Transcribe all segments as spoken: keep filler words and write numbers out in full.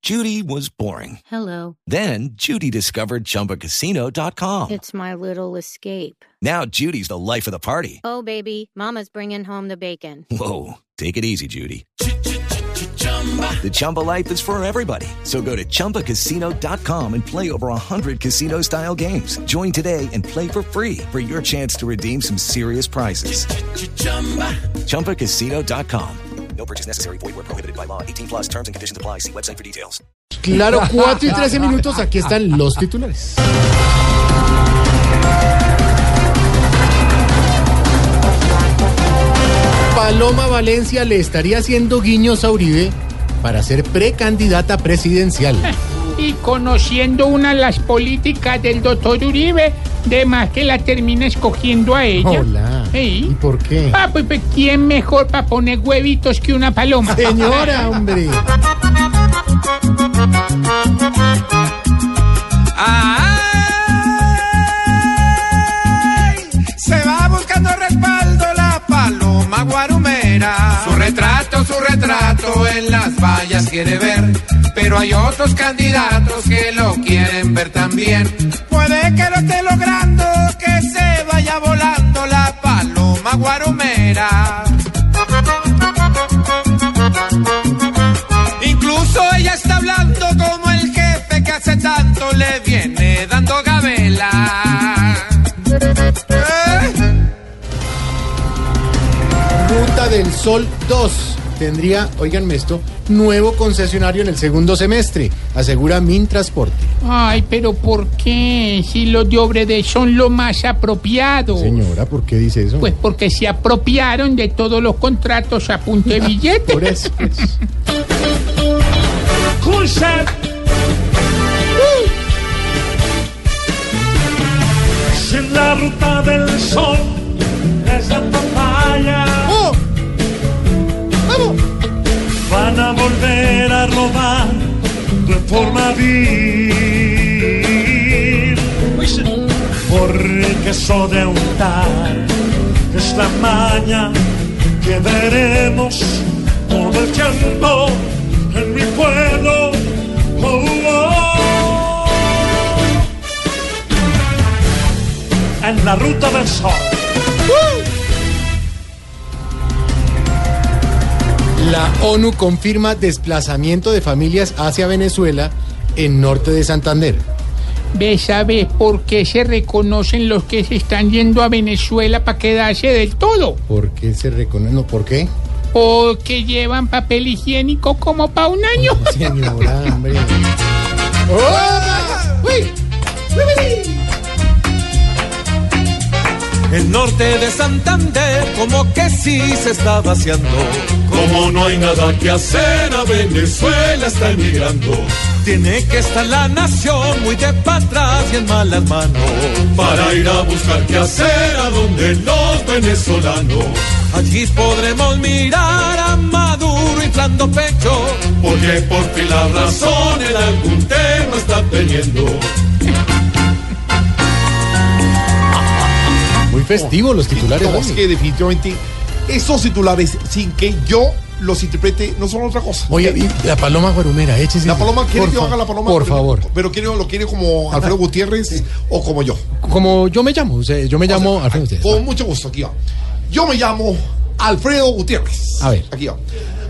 Judy was boring. Hello. Then Judy discovered Chumba Casino dot com. It's my little escape. Now Judy's the life of the party. Oh, baby, mama's bringing home the bacon. Whoa, take it easy, Judy. The Chumba life is for everybody. So go to Chumba Casino dot com and play over one hundred casino-style games. Join today and play for free for your chance to redeem some serious prizes. Chumba Casino dot com. No purchase necessary. Void where prohibited by law. eighteen plus terms and conditions apply. See website for details. Claro, cuatro y trece minutos. Aquí están los titulares. Paloma Valencia le estaría haciendo guiños a Uribe para ser precandidata presidencial. Y conociendo una de las políticas del doctor Uribe, de más que la termina escogiendo a ella. Hola. ¿Sí? ¿Y por qué? Ah, pues, pues ¿quién mejor para poner huevitos que una paloma? Señora, hombre. Ay, se va buscando respaldo la paloma guarumera. Su retrato, su retrato en las vallas quiere ver, pero hay otros candidatos que lo quieren ver también. Puede que lo esté logrando, que se vaya volando la paloma guarumera. Incluso ella está hablando como el jefe que hace tanto le viene dando gabela. ¿Eh? Ruta del Sol dos tendría, óiganme esto, nuevo concesionario en el segundo semestre, asegura Mintransporte. Ay, pero ¿por qué? Si los de Obrede son lo más apropiado. Señora, ¿por qué dice eso? Pues porque se apropiaron de todos los contratos a punto de billete. Por eso. Pues. En la ruta del sol, esa papaya. ¡Oh! ¡Vamos! Van a volver a robar de forma vil. Porque eso de untar es la maña que veremos todo el tiempo en mi pueblo. Oh, oh. En la ruta del sol. La ONU confirma desplazamiento de familias hacia Venezuela en norte de Santander. ¿Ves, sabes por qué se reconocen los que se están yendo a Venezuela para quedarse del todo? ¿Por qué se reconoce? No, ¿por qué? Porque llevan papel higiénico como para un año. Señora, hombre. ¡Oh! ¡Uy! ¡Uy! El norte de Santander como que sí se está vaciando. Como no hay nada que hacer, a Venezuela está emigrando. Tiene que estar la nación muy de para atrás y en malas manos Para ir a buscar qué hacer a donde los venezolanos. allí podremos mirar a Maduro inflando pecho, Porque por fin la razón en algún tema está teniendo. Muy festivo los titulares. No, es que definitivamente esos titulares, sin que yo los interprete, no son otra cosa. Oye, y la paloma guarumera, échese. La paloma, ¿quiere por que yo fa- haga la paloma? Por favor. Pero quiere, lo quiere como Alfredo Gutiérrez o como yo. Como yo me llamo, o sea, yo me llamo O sea, Alfredo Gutiérrez. Con mucho gusto, aquí va. Yo me llamo Alfredo Gutiérrez. A ver. Aquí va.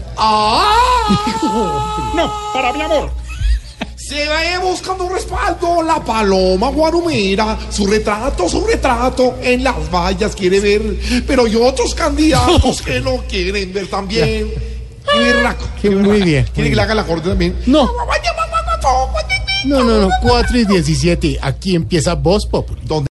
¡Ah! No, para mi amor. Se va buscando un respaldo la paloma guarumera. Su retrato, su retrato en las vallas quiere ver, pero hay otros candidatos que lo quieren ver también. Qué berraco, Qué qué muy berraco. bien, ¿Quiere muy que le haga la corte también? No. No, no, no, cuatro y diecisiete. Aquí empieza Voz Populi. Donde